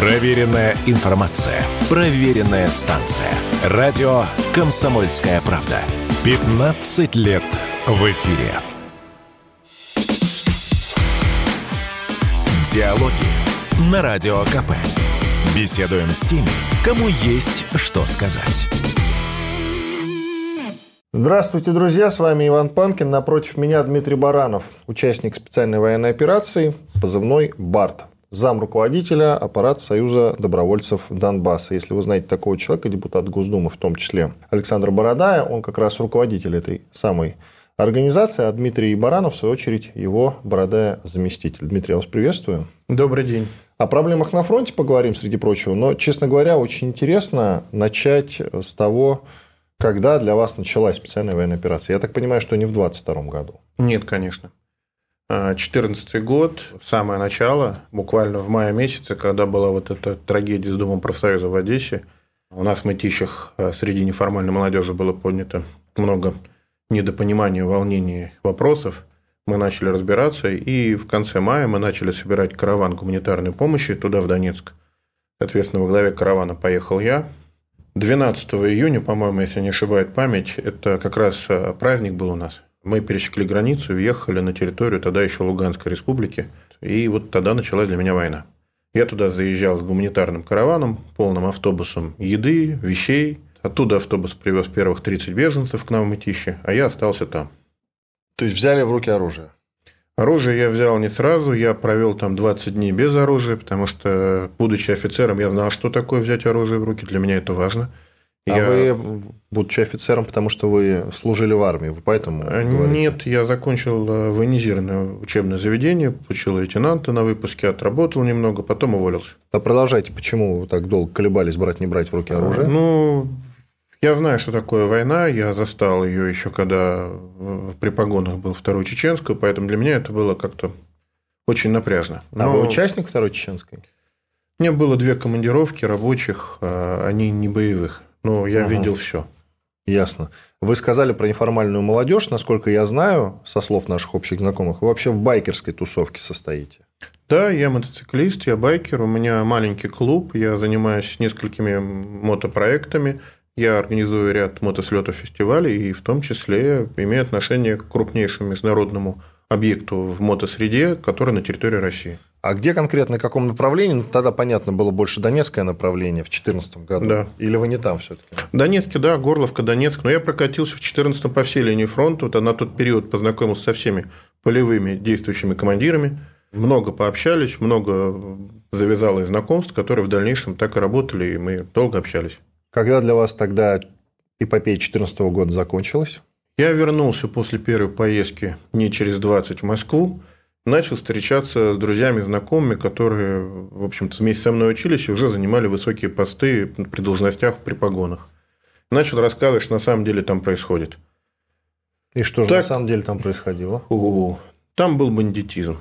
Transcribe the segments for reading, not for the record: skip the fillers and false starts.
Проверенная информация. Проверенная станция. Радио «Комсомольская правда». 15 лет в эфире. Диалоги на Радио КП. Беседуем с теми, кому есть что сказать. Здравствуйте, друзья, с вами Иван Панкин, напротив меня Дмитрий Баранов, участник специальной военной операции, позывной «Барт», зам руководителя аппарата Союза добровольцев Донбасса. Если вы знаете такого человека, депутат Госдумы в том числе, Александр Бородая, он как раз руководитель этой самой организации, а Дмитрий Баранов, в свою очередь, его Бородая заместитель. Дмитрий, я вас приветствую. Добрый день. О проблемах на фронте поговорим, среди прочего, но, честно говоря, очень интересно начать с того, когда для вас началась специальная военная операция. Я так понимаю, что не в 2022 году. Нет, конечно. 2014 год, самое начало, буквально в мае месяце, когда была вот эта трагедия с Домом профсоюза в Одессе, у нас в Мытищах среди неформальной молодежи было поднято много недопонимания, волнений, вопросов. Мы начали разбираться, и в конце мая мы начали собирать караван гуманитарной помощи туда, в Донецк. Соответственно, во главе каравана поехал я. 12 июня, по-моему, если не ошибает память, это как раз праздник был у нас. Мы пересекли границу, въехали на территорию тогда еще Луганской республики, и вот тогда началась для меня война. Я туда заезжал с гуманитарным караваном, полным автобусом еды, вещей. Оттуда автобус привез первых 30 беженцев к нам в Мытищи, а я остался там. То есть взяли в руки оружие? Оружие я взял не сразу, я провел там 20 дней без оружия, потому что, будучи офицером, я знал, что такое взять оружие в руки, для меня это важно. Вы, будучи офицером, потому что вы служили в армии, вы поэтому говорите? Нет, я закончил военизированное учебное заведение, получил лейтенанта на выпуске, отработал немного, потом уволился. А продолжайте, почему вы так долго колебались брать, не брать в руки оружие? Я знаю, что такое война, я застал ее еще когда при погонах был Второй Чеченской, поэтому для меня это было как-то очень напряжно. Вы участник Второй Чеченской? У меня было 2 командировки рабочих, они не боевых, но я видел все. Ясно. Вы сказали про неформальную молодежь, насколько я знаю, со слов наших общих знакомых, вы вообще в байкерской тусовке состоите? Да, я мотоциклист, я байкер, у меня маленький клуб, я занимаюсь несколькими мотопроектами. Я организую ряд мотослетов, фестивалей, и в том числе имею отношение к крупнейшему международному объекту в мотосреде, который на территории России. А где конкретно, в каком направлении? Тогда, понятно, было больше донецкое направление в 2014 году. Да. Или вы не там все-таки? В Донецке, да, Горловка, Донецк. Но я прокатился в 2014 по всей линии фронта. Вот на тот период познакомился со всеми полевыми действующими командирами. Много пообщались, много завязалось знакомств, которые в дальнейшем так и работали, и мы долго общались. Когда для вас тогда эпопея 2014 года закончилась? Я вернулся после первой поездки дней через 20 в Москву, начал встречаться с друзьями, знакомыми, которые, в общем-то, вместе со мной учились и уже занимали высокие посты при должностях, при погонах. Начал рассказывать, что на самом деле там происходит. И что же на самом деле там происходило? Там был бандитизм.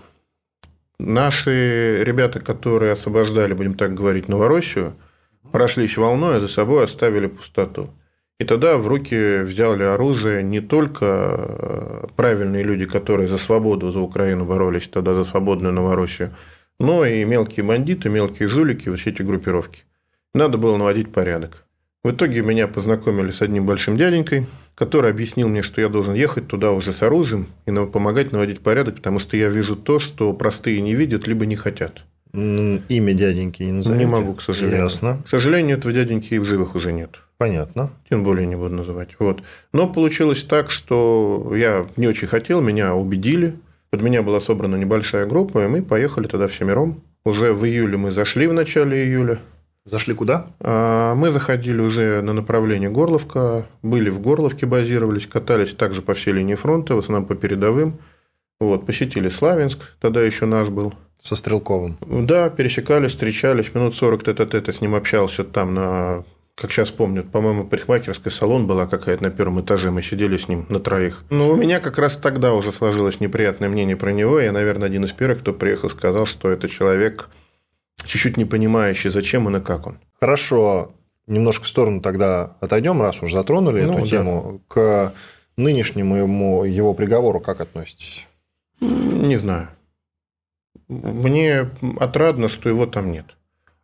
Наши ребята, которые освобождали, будем так говорить, Новороссию, прошлись волной, а за собой оставили пустоту. И тогда в руки взяли оружие не только правильные люди, которые за свободу, за Украину боролись, тогда за свободную Новороссию, но и мелкие бандиты, мелкие жулики, вот все эти группировки. Надо было наводить порядок. В итоге меня познакомили с одним большим дяденькой, который объяснил мне, что я должен ехать туда уже с оружием и помогать наводить порядок, потому что я вижу то, что простые не видят, либо не хотят. Имя дяденьки не назовете? Не могу, к сожалению. Ясно. К сожалению, этого дяденьки и в живых уже нет. Понятно. Тем более не буду называть. Вот. Но получилось так, что я не очень хотел, меня убедили. Под меня была собрана небольшая группа, и мы поехали тогда всемиром. Уже в июле мы зашли, в начале июля. Зашли куда? Мы заходили уже на направление Горловка, были в Горловке, базировались, катались также по всей линии фронта, в основном по передовым. Вот, посетили Славянск, тогда еще наш был. Со Стрелковым? Да, пересекались, встречались, минут 40 тет-а-тет с ним общался там на... Как сейчас помню, по-моему, парикмахерская салон была какая-то на первом этаже, мы сидели с ним на троих. Но у меня как раз тогда уже сложилось неприятное мнение про него. Я, наверное, один из первых, кто приехал, сказал, что это человек, чуть-чуть не понимающий, зачем он и как он. Хорошо, немножко в сторону тогда отойдем, раз уж затронули эту тему. К нынешнему его приговору как относитесь? Не знаю. Мне отрадно, что его там нет.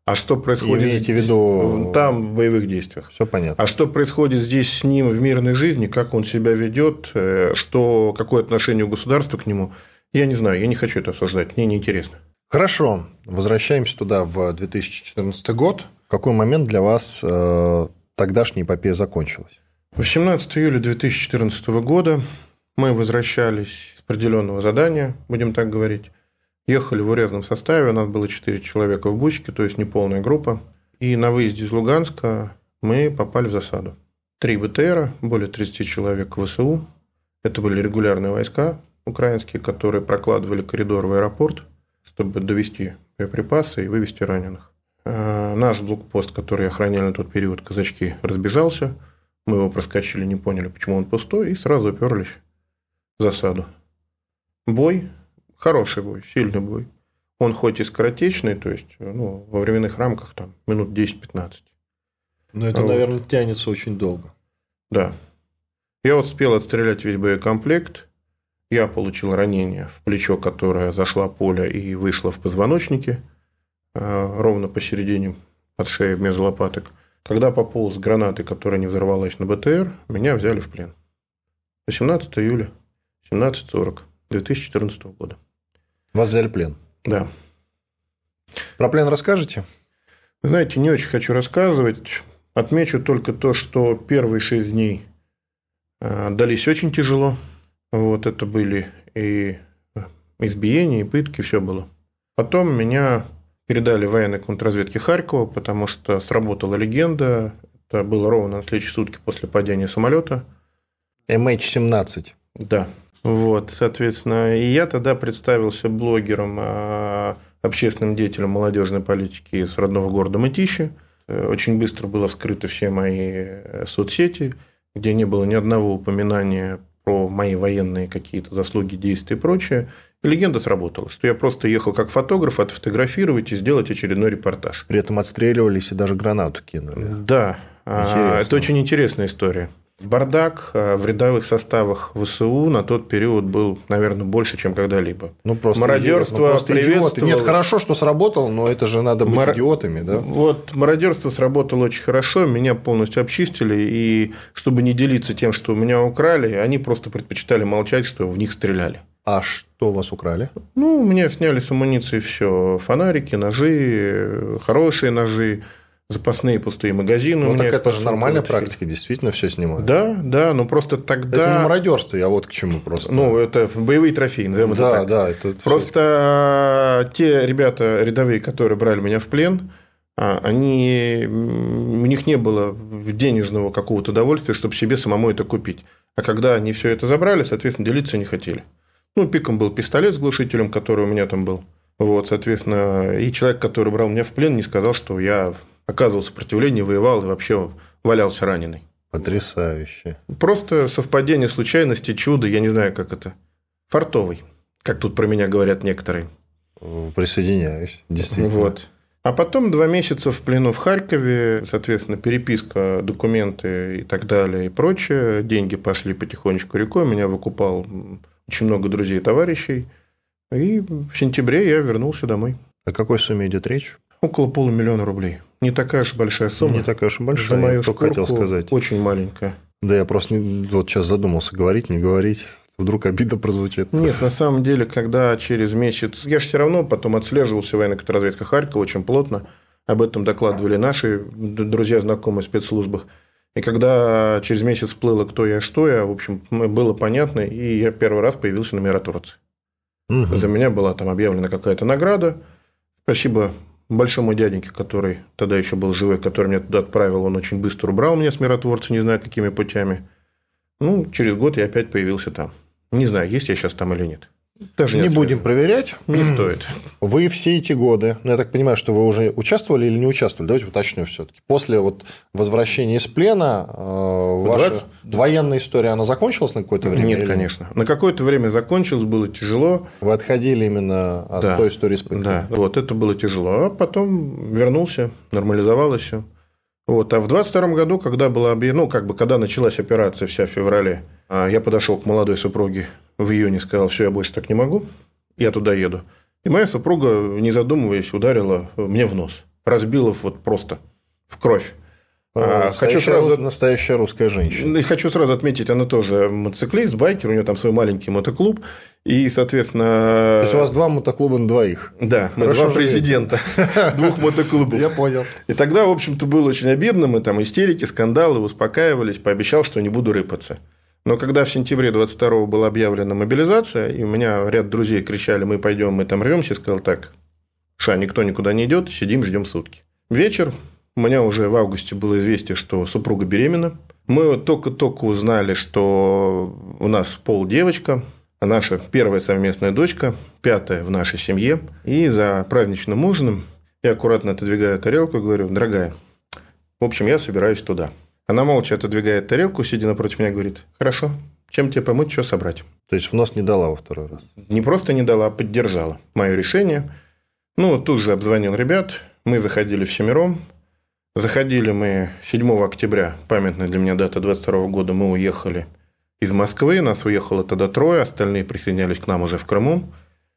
А что происходит имеете в виду... там в боевых действиях? Все понятно. А что происходит здесь с ним в мирной жизни, как он себя ведет, какое отношение у государства к нему, я не знаю, я не хочу это обсуждать, мне неинтересно. Хорошо, возвращаемся туда в 2014 год. В какой момент для вас тогдашняя эпопея закончилась? 18 июля 2014 года мы возвращались с определенного задания, будем так говорить. Ехали в урезанном составе, у нас было 4 человека в бучке, то есть неполная группа. И на выезде из Луганска мы попали в засаду. 3 БТРа, более 30 человек ВСУ. Это были регулярные войска украинские, которые прокладывали коридор в аэропорт, чтобы довести боеприпасы и вывести раненых. Наш блокпост, который охраняли на тот период казачки, разбежался. Мы его проскочили, не поняли, почему он пустой, и сразу уперлись в засаду. Бой. Хороший бой, сильный бой. Он хоть и скоротечный, то есть во временных рамках там, минут 10-15. Но это, наверное, тянется очень долго. Да. Я успел отстрелять весь боекомплект. Я получил ранение в плечо, которое зашло поля и вышло в позвоночнике, ровно посередине от шеи между лопаток. Когда пополз с гранатой, которая не взорвалась на БТР, меня взяли в плен. 18 июля, 17:40 2014 года. Вас взяли в плен? Да. Про плен расскажете? Знаете, не очень хочу рассказывать. Отмечу только то, что первые 6 дней дались очень тяжело. Это были и избиения, и пытки, все было. Потом меня передали военной контрразведке Харькова, потому что сработала легенда. Это было ровно на следующие сутки после падения самолета. MH17. Да. Соответственно, и я тогда представился блогером, общественным деятелем молодежной политики из родного города Мытищи. Очень быстро было вскрыты все мои соцсети, где не было ни одного упоминания про мои военные какие-то заслуги, действия и прочее. И легенда сработала, что я просто ехал как фотограф отфотографировать и сделать очередной репортаж. При этом отстреливались и даже гранату кинули. Да, это очень интересная история. Бардак в рядовых составах ВСУ на тот период был, наверное, больше, чем когда-либо. Просто мародерство приветствовало. Нет, хорошо, что сработало, но это же надо быть идиотами, да? Мародерство сработало очень хорошо, меня полностью обчистили, и чтобы не делиться тем, что у меня украли, они просто предпочитали молчать, что в них стреляли. А что вас украли? У меня сняли с амуниции все: фонарики, ножи, хорошие ножи, запасные пустые магазины. Так это же нормальная практика, действительно все снимают. Да, но просто тогда... Это не мародерство, я вот к чему просто. Это боевые трофеи, назовем это так. Да, это... Просто те ребята рядовые, которые брали меня в плен, у них не было денежного какого-то удовольствия, чтобы себе самому это купить. А когда они все это забрали, соответственно, делиться не хотели. Пиком был пистолет с глушителем, который у меня там был. Соответственно, и человек, который брал меня в плен, не сказал, что я оказывал сопротивление, воевал и вообще валялся раненый. Потрясающе. Просто совпадение, случайности, чудо, я не знаю, как это. Фартовый, как тут про меня говорят некоторые. Присоединяюсь, действительно. А потом 2 месяца в плену в Харькове, соответственно, переписка, документы и так далее и прочее. Деньги пошли потихонечку рекой, меня выкупал очень много друзей и товарищей. И в сентябре я вернулся домой. О какой сумме идет речь? Около $500 000 рублей. Не такая уж большая сумма. Не такая уж и большая, за мою только хотел сказать. Очень маленькая. Да, я просто сейчас задумался, говорить, не говорить. Вдруг обида прозвучит. Нет, на самом деле, когда через месяц... Я же все равно потом отслеживался в военной контрразведке Харькова очень плотно. Об этом докладывали наши друзья, знакомые в спецслужбах. И когда через месяц всплыло, кто я, что я, в общем, было понятно, и я первый раз появился на миротворце. Угу. За меня была там объявлена какая-то награда. Спасибо большому дяденьке, который тогда еще был живой, который меня туда отправил. Он очень быстро убрал меня с миротворца, не знаю, какими путями. Через год я опять появился там. Не знаю, есть я сейчас там или нет. Даже не будем проверять. Не стоит. Вы все эти годы, я так понимаю, что вы уже участвовали или не участвовали? Давайте уточню все-таки. После возвращения из плена ваша военная история, она закончилась на какое-то время? Нет, конечно. На какое-то время закончилась, было тяжело. Вы отходили именно от той истории с пыткой? Да, это было тяжело. А потом вернулся, нормализовалось все. А в 22 году, когда была, когда началась операция вся в феврале, я подошел к молодой супруге в июне, сказал: все, я больше так не могу, я туда еду. И моя супруга, не задумываясь, ударила мне в нос. разбил их вот просто в кровь. Настоящая русская женщина. И хочу сразу отметить, она тоже мотоциклист, байкер, у нее там свой маленький мотоклуб. И, соответственно... То есть, у вас 2 мотоклуба на 2. Да, мы 2 президента 2 мотоклубов. Я понял. И тогда, в общем-то, было очень обидно. Мы там истерики, скандалы, успокаивались, пообещал, что не буду рыпаться. Но когда в сентябре 22-го была объявлена мобилизация, и у меня ряд друзей кричали: мы пойдем, мы там рвемся, я сказал: так, никто никуда не идет, сидим, ждем сутки. Вечер. У меня уже в августе было известие, что супруга беременна. Мы вот только-только узнали, что у нас девочка, а наша первая совместная дочка, 5-я в нашей семье. И за праздничным ужином я аккуратно отодвигаю тарелку и говорю: дорогая, в общем, я собираюсь туда. Она молча отодвигает тарелку, сидя напротив меня, говорит: хорошо, чем тебе помочь, что собрать? То есть, в нос не дала во второй раз? Не просто не дала, а поддержала мое решение. Тут же обзвонил ребят, мы заходили всемиром. Заходили мы 7 октября, памятная для меня дата 22 года, мы уехали из Москвы, нас уехало тогда 3, остальные присоединялись к нам уже в Крыму.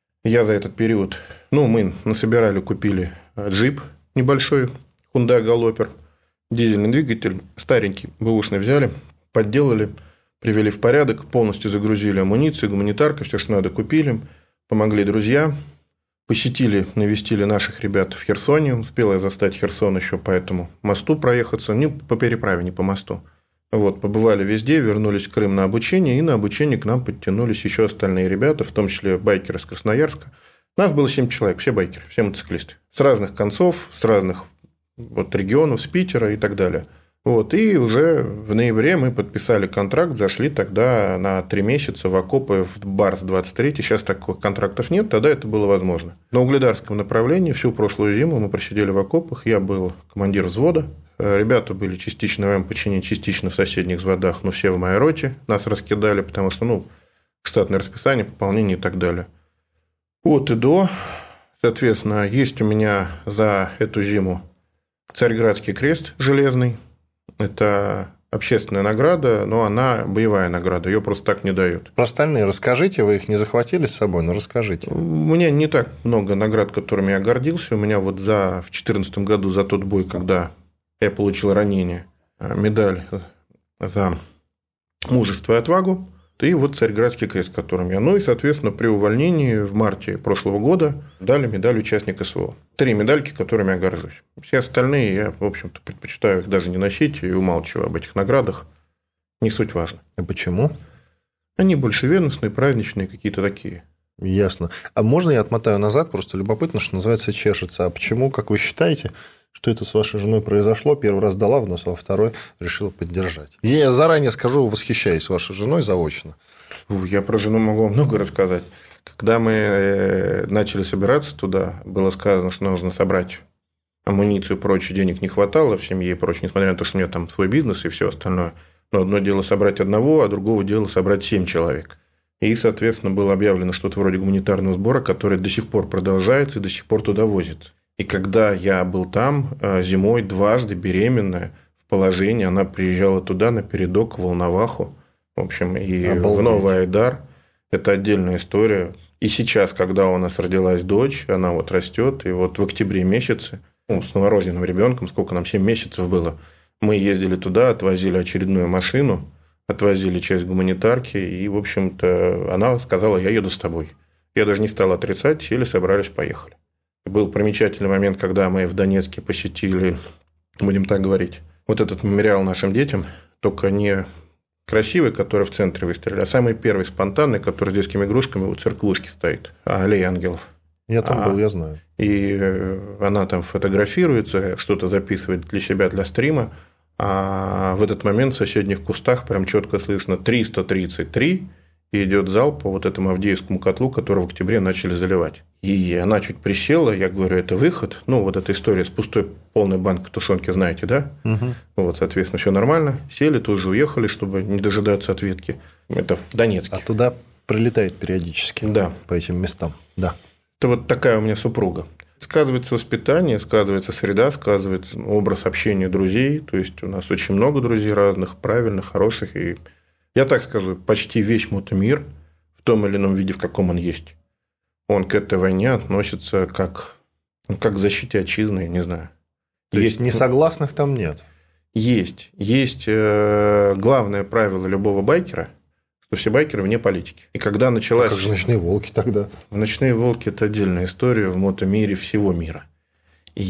Я за этот период, мы насобирали, купили джип небольшой, Hyundai Galloper, дизельный двигатель, старенький, бэушный взяли, подделали, привели в порядок, полностью загрузили амуницию, гуманитарка, все, что надо, купили, помогли друзья. Посетили, навестили наших ребят в Херсоне. Успел я застать Херсон еще по этому мосту проехаться. Не по переправе, не по мосту. Побывали везде, вернулись в Крым на обучение. И на обучение к нам подтянулись еще остальные ребята, в том числе байкеры из Красноярска. Нас было 7 человек, все байкеры, все мотоциклисты. С разных концов, с разных регионов, с Питера и так далее. И уже в ноябре мы подписали контракт, зашли тогда на 3 месяца в окопы в Барс-23. Сейчас таких контрактов нет, тогда это было возможно. На Угледарском направлении всю прошлую зиму мы просидели в окопах. Я был командир взвода. Ребята были частично в моем подчинении, частично в соседних взводах, но все в моей роте. Нас раскидали, потому что, штатное расписание, пополнение и так далее. От и до. Соответственно, есть у меня за эту зиму Царьградский крест железный. Это общественная награда, но она боевая награда, ее просто так не дают. Про остальные расскажите, вы их не захватили с собой, но расскажите. У меня не так много наград, которыми я гордился. У меня в 2014 году за тот бой, когда я получил ранение, медаль за мужество и отвагу, и Царьградский крест, которым я. И, соответственно, при увольнении в марте прошлого года дали медаль участника СВО. 3 медальки, которыми я горжусь. Все остальные я, в общем-то, предпочитаю их даже не носить и умалчиваю об этих наградах. Не суть важно. А почему? Они больше ведомственные, праздничные, какие-то такие. Ясно. А можно я отмотаю назад? Просто любопытно, что называется, чешется. А почему, как вы считаете, что это с вашей женой произошло? Первый раз дала в нос, а второй решила поддержать. Я заранее скажу, восхищаюсь вашей женой заочно. Я про жену могу много рассказать. Когда мы начали собираться туда, было сказано, что нужно собрать амуницию и прочее, денег не хватало в семье и прочее, несмотря на то, что у меня там свой бизнес и все остальное. Но одно дело собрать одного, а другого дела собрать 7 человек. И, соответственно, было объявлено что-то вроде гуманитарного сбора, который до сих пор продолжается и до сих пор туда возится. И когда я был там зимой дважды беременная, в положении, она приезжала туда на передок в Волноваху, в общем, и в Новый Айдар. Это отдельная история. И сейчас, когда у нас родилась дочь, она растет, и в октябре месяце, с новорожденным ребенком, сколько нам, 7 месяцев было, мы ездили туда, отвозили очередную машину, отвозили часть гуманитарки, и, в общем-то, она сказала: я еду с тобой. Я даже не стал отрицать, сели, собрались, поехали. Был примечательный момент, когда мы в Донецке посетили, будем так говорить, этот мемориал нашим детям, только не красивый, который в центре выстрелили, а самый первый спонтанный, который с детскими игрушками у церквушки стоит, аллея ангелов. Я там был, я знаю. И она там фотографируется, что-то записывает для себя, для стрима, а в этот момент в соседних кустах прям четко слышно 333, и идет залп по этому Авдеевскому котлу, который в октябре начали заливать. И она чуть присела, я говорю: это выход. Эта история с пустой полной банкой тушенки, знаете, да? Угу. Соответственно, все нормально. Сели, тут же уехали, чтобы не дожидаться ответки. Это в Донецке. А туда прилетает периодически. Да. По этим местам. Да. Это такая у меня супруга. Сказывается воспитание, сказывается среда, сказывается образ общения друзей. То есть, у нас очень много друзей разных, правильных, хороших. И я так скажу, почти весь мотомир в том или ином виде, в каком он есть, он к этой войне относится как к защите отчизны, я не знаю. То есть несогласных там нет? Есть. Есть главное правило любого байкера, что все байкеры вне политики. И когда началась... А как же «Ночные волки» тогда? «Ночные волки» – это отдельная история в мотомире всего мира. И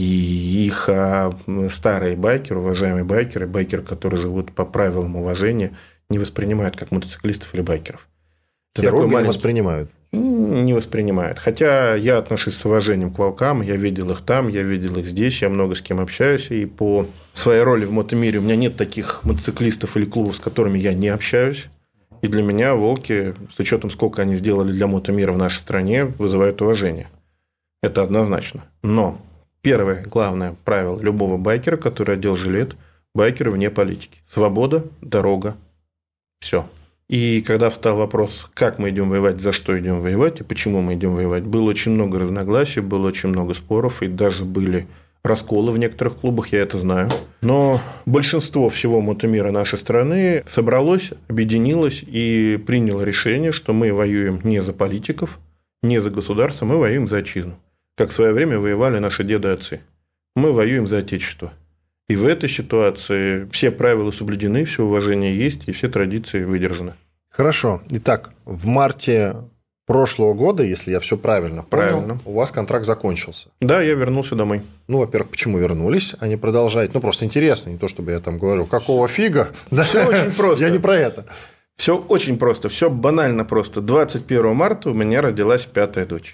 их старые байкеры, уважаемые байкеры, которые живут по правилам уважения, не воспринимают как мотоциклистов или байкеров. Хирурги не воспринимают? Не воспринимают. Хотя я отношусь с уважением к волкам, я видел их там, я видел их здесь, я много с кем общаюсь, и по своей роли в мотомире у меня нет таких мотоциклистов или клубов, с которыми я не общаюсь. И для меня волки, с учетом, сколько они сделали для мотомира в нашей стране, вызывают уважение. Это однозначно. Но первое главное правило любого байкера, который одел жилет, байкеры вне политики. Свобода, дорога, все. И когда встал вопрос, как мы идем воевать, за что идем воевать и почему мы идем воевать, было очень много разногласий, было очень много споров, и даже были расколы в некоторых клубах, я это знаю. Но большинство всего мотомира нашей страны собралось, объединилось и приняло решение, что мы воюем не за политиков, не за государство, мы воюем за отчизну. Как в свое время воевали наши деды-отцы. Мы воюем за Отечество. И в этой ситуации все правила соблюдены, все уважение есть, и все традиции выдержаны. Хорошо. Итак, в марте прошлого года, если я все правильно понял, у вас контракт закончился. Да, я вернулся домой. Ну, во-первых, почему вернулись, а не продолжаете? Ну, просто интересно, не то, чтобы я там говорю, какого фига? Все очень просто. Я не про это. Все очень просто, все банально просто. 21 марта у меня родилась 5-я дочь.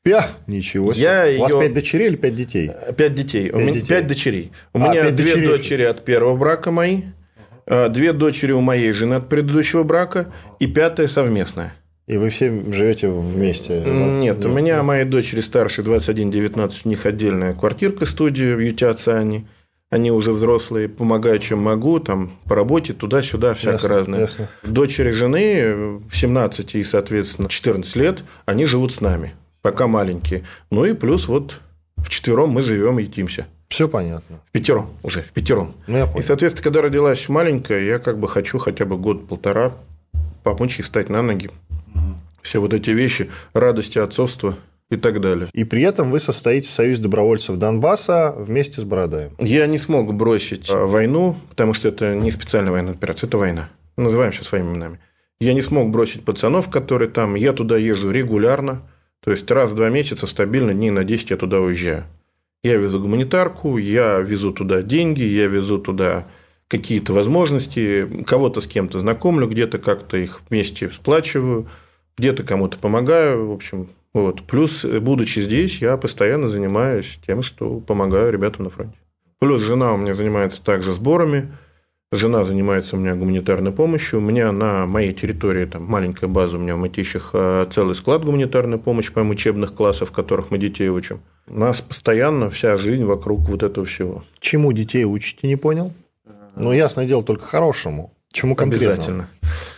Ничего себе. У вас 5 дочерей или 5 детей? 5 детей. У меня 5 дочерей. У меня 2 дочери от первого брака мои, 2 дочери у моей жены от предыдущего брака и 5-я совместная. И вы все живете вместе? Нет, у меня мои дочери старшие 21-19, у них отдельная квартирка, студия, ютятся они. Они уже взрослые, помогают, чем могу, там, по работе, туда-сюда, всякое разное. Ясно. Дочери жены в 17 и, соответственно, 14 лет, они живут с нами, пока маленькие. Ну и плюс вот вчетвером мы живем и ютимся. Все понятно. впятером. Ну, я понял. И, соответственно, когда родилась маленькая, я как бы хочу хотя бы год-полтора помочь ей встать на ноги. Все вот эти вещи, радости отцовства и так далее. И при этом вы состоите в Союзе добровольцев Донбасса вместе с Бородаем. Я не смог бросить войну, потому что это не специальная военная операция, это война. Называем все своими именами. Я не смог бросить пацанов, которые там. Я туда езжу регулярно. То есть раз в 2 месяца стабильно, дней на 10 я туда уезжаю. Я везу гуманитарку, я везу туда деньги, я везу туда какие-то возможности, кого-то с кем-то знакомлю, где-то как-то их вместе сплачиваю, где-то кому-то помогаю, в общем. Вот. Плюс, будучи здесь, я постоянно занимаюсь тем, что помогаю ребятам на фронте. Плюс жена у меня занимается также сборами, жена занимается у меня гуманитарной помощью. У меня на моей территории там маленькая база, у меня в Мытищах целый склад гуманитарной помощи, по учебных классов, в которых мы детей учим. У нас постоянно вся жизнь вокруг вот этого всего. Чему детей учите, не понял? Ну, ясное дело, только хорошему. Чему конкретно? Обязательно.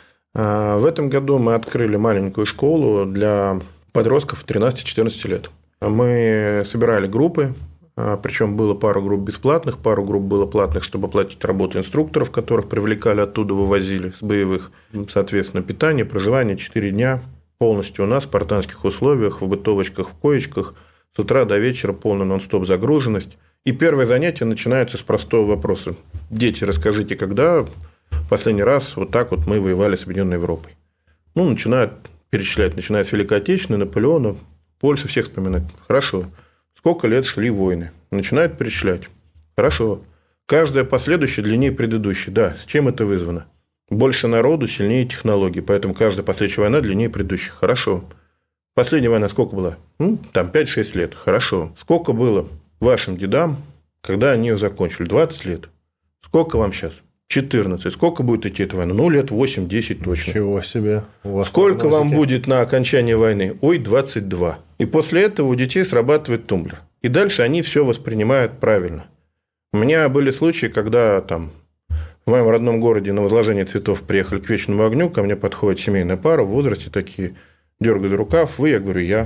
В этом году мы открыли маленькую школу для подростков 13-14 лет. Мы собирали группы, причем было пару групп бесплатных, пару групп было платных, чтобы оплатить работу инструкторов, которых привлекали оттуда, вывозили с боевых. Соответственно, питание, проживание 4 дня полностью у нас в спартанских условиях, в бытовочках, в коечках, с утра до вечера полная нон-стоп загруженность. И первое занятие начинается с простого вопроса. Дети, расскажите, когда последний раз вот так вот мы воевали с Объединенной Европой? Ну, начинают перечислять, начиная с Великой Отечественной, Наполеона, Польши, всех вспоминать. Хорошо. Сколько лет шли войны? Начинают перечислять. Хорошо. Каждая последующая длиннее предыдущей. Да, с чем это вызвано? Больше народу, сильнее технологий, поэтому каждая последующая война длиннее предыдущей. Хорошо. Последняя война сколько была? Там 5-6 лет. Хорошо. Сколько было вашим дедам, когда они ее закончили? 20 лет. Сколько вам сейчас? 14. Сколько будет идти эта война? Лет 8-10 точно. Ничего себе. Сколько вам будет на окончание войны? 22. И после этого у детей срабатывает тумблер. И дальше они все воспринимают правильно. У меня были случаи, когда там в моем родном городе на возложение цветов приехали к вечному огню, ко мне подходит семейная пара в возрасте, такие дергают рукав, я говорю, я.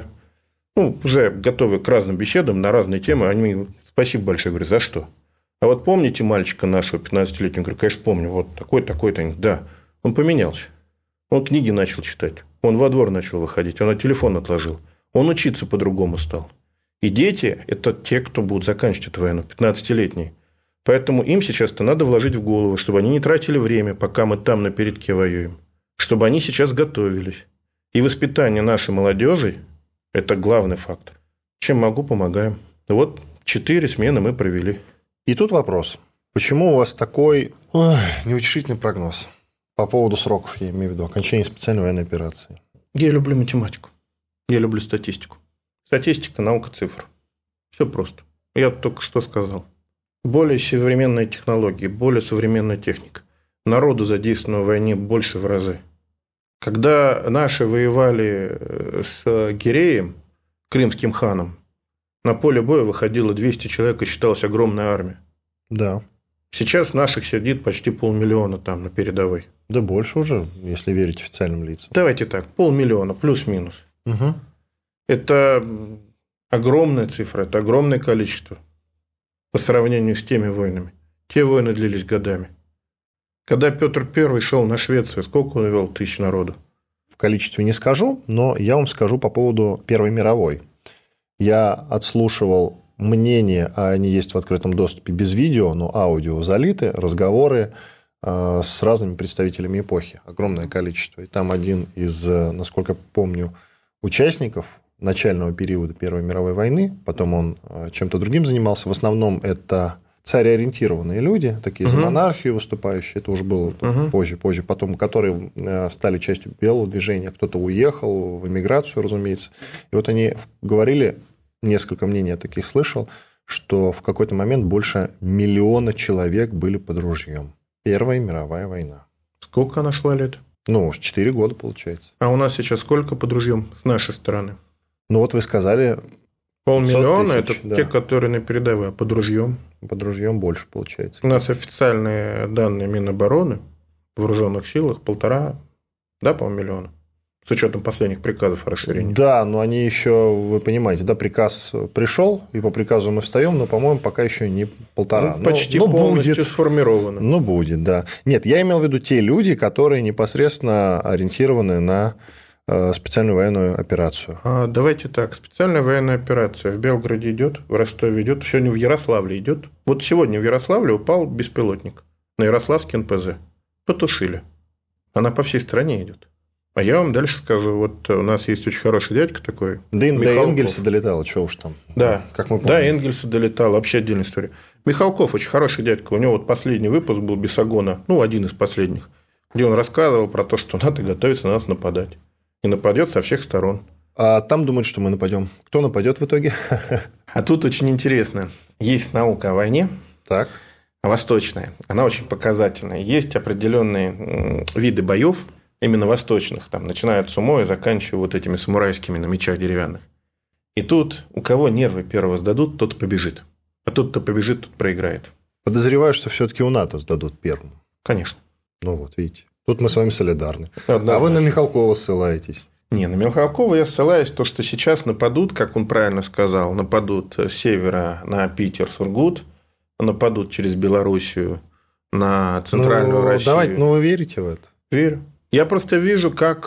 Уже готовы к разным беседам на разные темы. Они мне спасибо большое, говорю, за что? А вот помните мальчика нашего 15-летнего? Говорю, конечно, помню. Вот такой-то. Да, он поменялся. Он книги начал читать. Он во двор начал выходить. Он телефон отложил. Он учиться по-другому стал. И дети – это те, кто будут заканчивать эту войну, 15-летние. Поэтому им сейчас-то надо вложить в голову, чтобы они не тратили время, пока мы там на передке воюем, чтобы они сейчас готовились. И воспитание нашей молодежи – это главный фактор. Чем могу, помогаем. Вот 4 смены мы провели. И тут вопрос. Почему у вас такой неутешительный прогноз по поводу сроков, я имею в виду, окончания специальной военной операции? Я люблю математику. Я люблю статистику. Статистика – наука цифр. Все просто. Я только что сказал. Более современные технологии, более современная техника. Народу задействовано в войне больше в разы. Когда наши воевали с Гиреем, крымским ханом, на поле боя выходило 200 человек и считалась огромная армия. Да. Сейчас наших сидит почти 500 000 там на передовой. Да больше уже, если верить официальным лицам. Давайте так, 500 000 плюс-минус. Угу. Это огромная цифра, это огромное количество по сравнению с теми войнами. Те войны длились годами. Когда Петр I шел на Швецию, сколько он вел тысяч народу? В количестве не скажу, но я вам скажу по поводу Первой мировой. Я отслушивал мнение, а они есть в открытом доступе без видео, но аудио залиты, разговоры с разными представителями эпохи. Огромное количество. И там один из, насколько помню, участников начального периода Первой мировой войны, потом он чем-то другим занимался. В основном это царь-ориентированные люди, такие за монархию выступающие, это уже было позже, потом, которые стали частью белого движения, кто-то уехал в эмиграцию, разумеется. И вот они говорили, несколько мнений я таких слышал, что в какой-то момент больше 1 миллиона человек были под ружьем. Первая мировая война. Сколько она шла лет? 4 года, получается. А у нас сейчас сколько под ружьем с нашей стороны? Вот вы сказали... 500 000 – это да. те, которые на передовой, а под ружьем? Под ружьем больше, получается. У нас официальные данные Минобороны в вооруженных силах 1,5, по-моему, миллиона. С учетом последних приказов о расширении. Да, но они еще, вы понимаете, приказ пришел, и по приказу мы встаем, но, по-моему, пока еще не 1,5. Почти полностью сформировано. Будет, да. Нет, я имел в виду те люди, которые непосредственно ориентированы на специальную военную операцию. Давайте так. Специальная военная операция в Белгороде идет, в Ростове идет, сегодня в Ярославле идет. Вот сегодня в Ярославле упал беспилотник на Ярославский НПЗ. Потушили. Она по всей стране идет. А я вам дальше скажу. Вот у нас есть очень хороший дядька такой. До Энгельса долетало, что уж там. Да, как мы помним. До Энгельса долетало. Вообще отдельная история. Михалков очень хороший дядька. У него вот последний выпуск был Бесогона, один из последних, где он рассказывал про то, что надо готовиться на нас нападать. И нападет со всех сторон. А там думают, что мы нападем. Кто нападет в итоге? А тут очень интересно. Есть наука о войне. Так. Восточная. Она очень показательная. Есть определенные виды боев, именно восточных. Там, начиная от сумо и заканчивая вот этими самурайскими на мечах деревянных. И тут, у кого нервы первого сдадут, тот побежит. А тот, кто побежит, тот проиграет. Подозреваю, что все-таки у НАТО сдадут первым. Конечно. Видите. Тут мы с вами солидарны. Однозначно. А вы на Михалкова ссылаетесь. Не, на Михалкова я ссылаюсь, то, что сейчас нападут, как он правильно сказал, нападут с севера на Питер, Сургут, нападут через Белоруссию на центральную Россию. Давайте, вы верите в это? Верю. Я просто вижу, как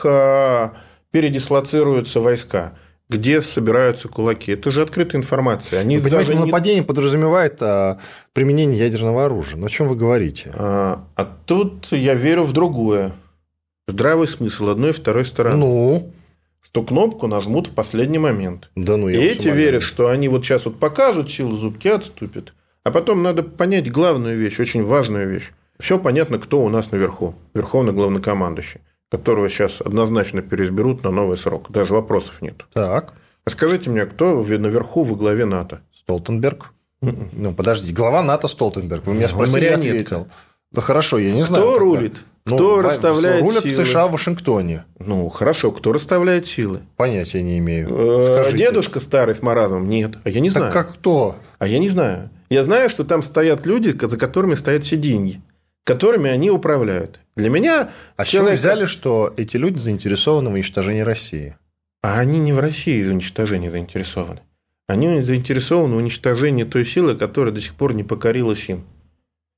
передислоцируются войска, где собираются кулаки. Это же открытая информация. Они понимаете, нападение подразумевает применение ядерного оружия. Но о чем вы говорите? А тут я верю в другое. Здравый смысл одной и второй стороны. Что кнопку нажмут в последний момент. И эти верят, что они вот сейчас покажут силу, зубки отступят. А потом надо понять главную вещь, очень важную вещь. Все понятно, кто у нас наверху. Верховный главнокомандующий, которого сейчас однозначно переизберут на новый срок. Даже вопросов нет. Так. А скажите мне, кто наверху во главе НАТО? Столтенберг. Подождите, глава НАТО Столтенберг. Вы меня спросили, я ответил. Да хорошо, я не знаю. Кто рулит? Кто расставляет рулят силы? в США в Вашингтоне. Хорошо, кто расставляет силы? Понятия не имею. Скажите. Дедушка старый с маразмом? Нет. А я не знаю. Как кто? А я не знаю. Я знаю, что там стоят люди, за которыми стоят все деньги, которыми они управляют. Для меня... А с чего взяли, что эти люди заинтересованы в уничтожении России? А они не в России за уничтожение заинтересованы. Они заинтересованы в уничтожении той силы, которая до сих пор не покорилась им.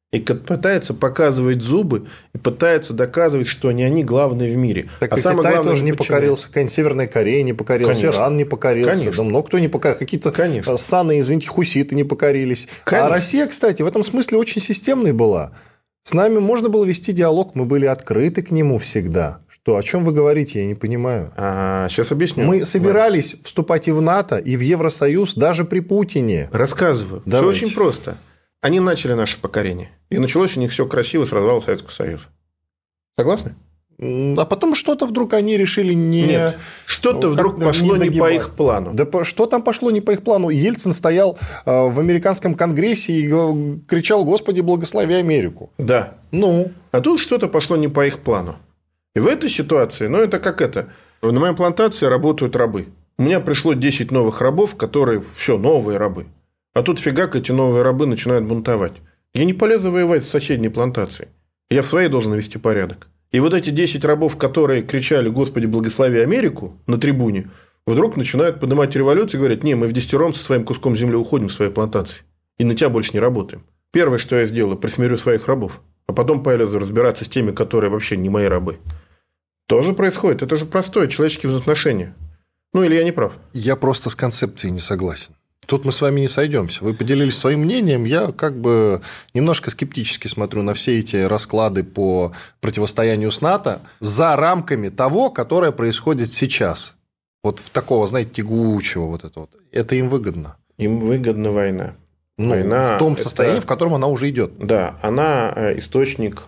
И пытается показывать зубы, и пытается доказывать, что не они главные в мире. Так и самое Китай главное, тоже не покорился, какая-нибудь Северная Корея не покорилась, Конечно. Иран не покорился, Конечно. да много кто не покорился, какие-то Конечно. саны, извините, хуситы не покорились. Конечно. А Россия, кстати, в этом смысле очень системной была. С нами можно было вести диалог, мы были открыты к нему всегда. Что, о чем вы говорите, я не понимаю. Сейчас объясню. Мы собирались вступать и в НАТО, и в Евросоюз даже при Путине. Рассказываю. Давайте. Все очень просто. Они начали наше покорение. И началось у них все красиво с развала Советского Союза. Согласны? А потом что-то вдруг они решили не... Нет. Что-то вдруг пошло не по их плану. Да что там пошло не по их плану? Ельцин стоял в американском конгрессе и кричал: «Господи, благослови Америку». Да. Ну? А тут что-то пошло не по их плану. И в этой ситуации, это как это. На моей плантации работают рабы. У меня пришло 10 новых рабов, которые все новые рабы. А тут фигак эти новые рабы начинают бунтовать. Я не полезу воевать с соседней плантацией. Я в своей должен навести порядок. И вот эти 10 рабов, которые кричали: «Господи, благослови Америку» на трибуне, вдруг начинают поднимать революцию и говорят: «Не, мы в десятером со своим куском земли уходим в своей плантации. И на тебя больше не работаем». Первое, что я сделаю, присмирю своих рабов. А потом полезу разбираться с теми, которые вообще не мои рабы. Тоже происходит. Это же простое человеческие взаимоотношения. Или я не прав? Я просто с концепцией не согласен. Тут мы с вами не сойдемся. Вы поделились своим мнением. Я немножко скептически смотрю на все эти расклады по противостоянию с НАТО за рамками того, которое происходит сейчас. Вот в такого, знаете, тягучего вот это вот. Это им выгодно. Им выгодна война. Война в том состоянии, в котором она уже идет. Да, она источник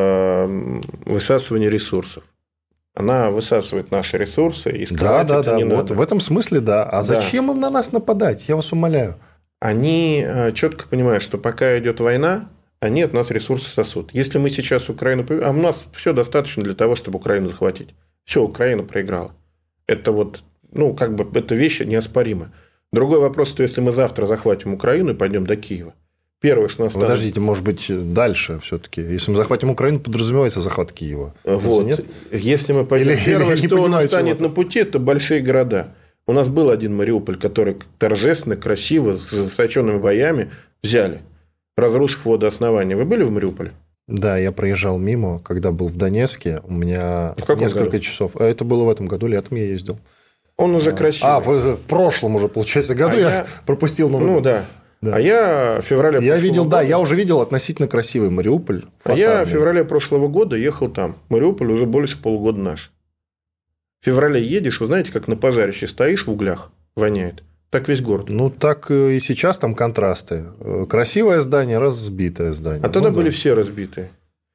высасывания ресурсов. Она высасывает наши ресурсы, и скрывать это не надо. В этом смысле да. А зачем им на нас нападать? Я вас умоляю. Они четко понимают, что пока идет война, они от нас ресурсы сосут. Если мы сейчас Украину... А у нас все достаточно для того, чтобы Украину захватить. Все, Украина проиграла. Это это вещь неоспоримая. Другой вопрос, что если мы завтра захватим Украину и пойдем до Киева, первое, что нас... Подождите, может быть, дальше все-таки. Если мы захватим Украину, подразумевается захват Киева. Нет? Если мы пойдем... Первое, что у нас станет на пути, это большие города. У нас был один Мариуполь, который торжественно, красиво, с высоченными боями взяли, разрушив водооснование. Вы были в Мариуполе? Да, я проезжал мимо, когда был в Донецке. У меня несколько часов. Это было в этом году, летом я ездил. Он уже красивый. В прошлом уже, получается, году я пропустил Новый год. Да. А я в феврале я уже видел относительно красивый Мариуполь. Я в феврале прошлого года ехал там. Мариуполь уже больше полугода наш. В феврале едешь, вы знаете, как на пожарище стоишь в углях, воняет. Так весь город. Так и сейчас там контрасты. Красивое здание, разбитое здание. А тогда были все разбитые.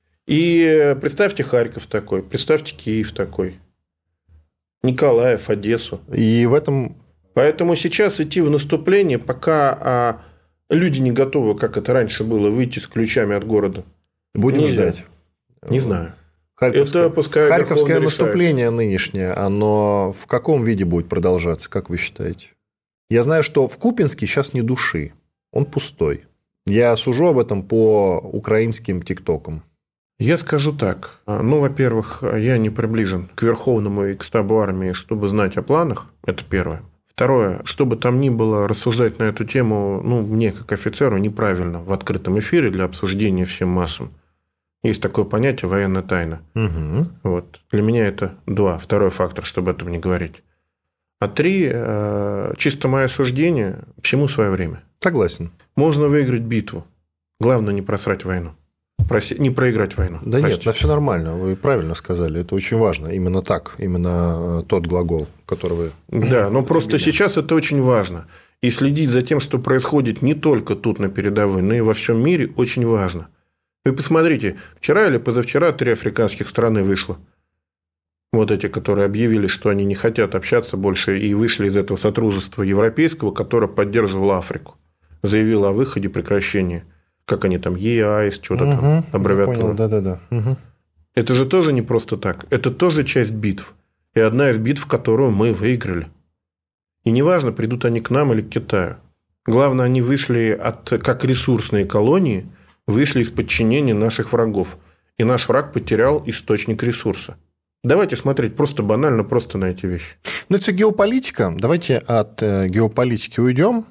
И представьте Харьков такой, представьте Киев такой, Николаев, Одессу. И в этом... Поэтому сейчас идти в наступление, пока люди не готовы, как это раньше было, выйти с ключами от города. Будем ждать. Не знаю. Харьковское наступление нынешнее, оно в каком виде будет продолжаться, как вы считаете? Я знаю, что в Купинске сейчас ни души, он пустой. Я сужу об этом по украинским тиктокам. Я скажу так. Во-первых, я не приближен к Верховному и к штабу армии, чтобы знать о планах. Это первое. Второе. Что бы там ни было, рассуждать на эту тему, мне, как офицеру, неправильно в открытом эфире для обсуждения всем массам. Есть такое понятие военная тайна. Угу. Для меня это 2. Второй фактор, чтобы об этом не говорить. А 3. Чисто мое суждение. Всему свое время. Согласен. Можно выиграть битву. Главное не просрать войну. Не проиграть войну. Да нет, все нормально. Вы правильно сказали. Это очень важно. Именно так. Именно тот глагол, который вы... Да, но просто сейчас это очень важно. И следить за тем, что происходит не только тут на передовой, но и во всем мире, очень важно. Вы посмотрите, вчера или позавчера 3 африканских страны вышло. Вот эти, которые объявили, что они не хотят общаться больше и вышли из этого сотрудничества европейского, которое поддерживало Африку. Заявило о выходе, прекращении. Как они там, ЕАЭС, что-то там, аббревиатура. Да. Угу. Это же тоже не просто так. Это тоже часть битв. И одна из битв, которую мы выиграли. И неважно, придут они к нам или к Китаю. Главное, они вышли как ресурсные колонии, вышли из подчинения наших врагов. И наш враг потерял источник ресурса. Давайте смотреть просто банально, просто на эти вещи. Это геополитика. Давайте от геополитики уйдем.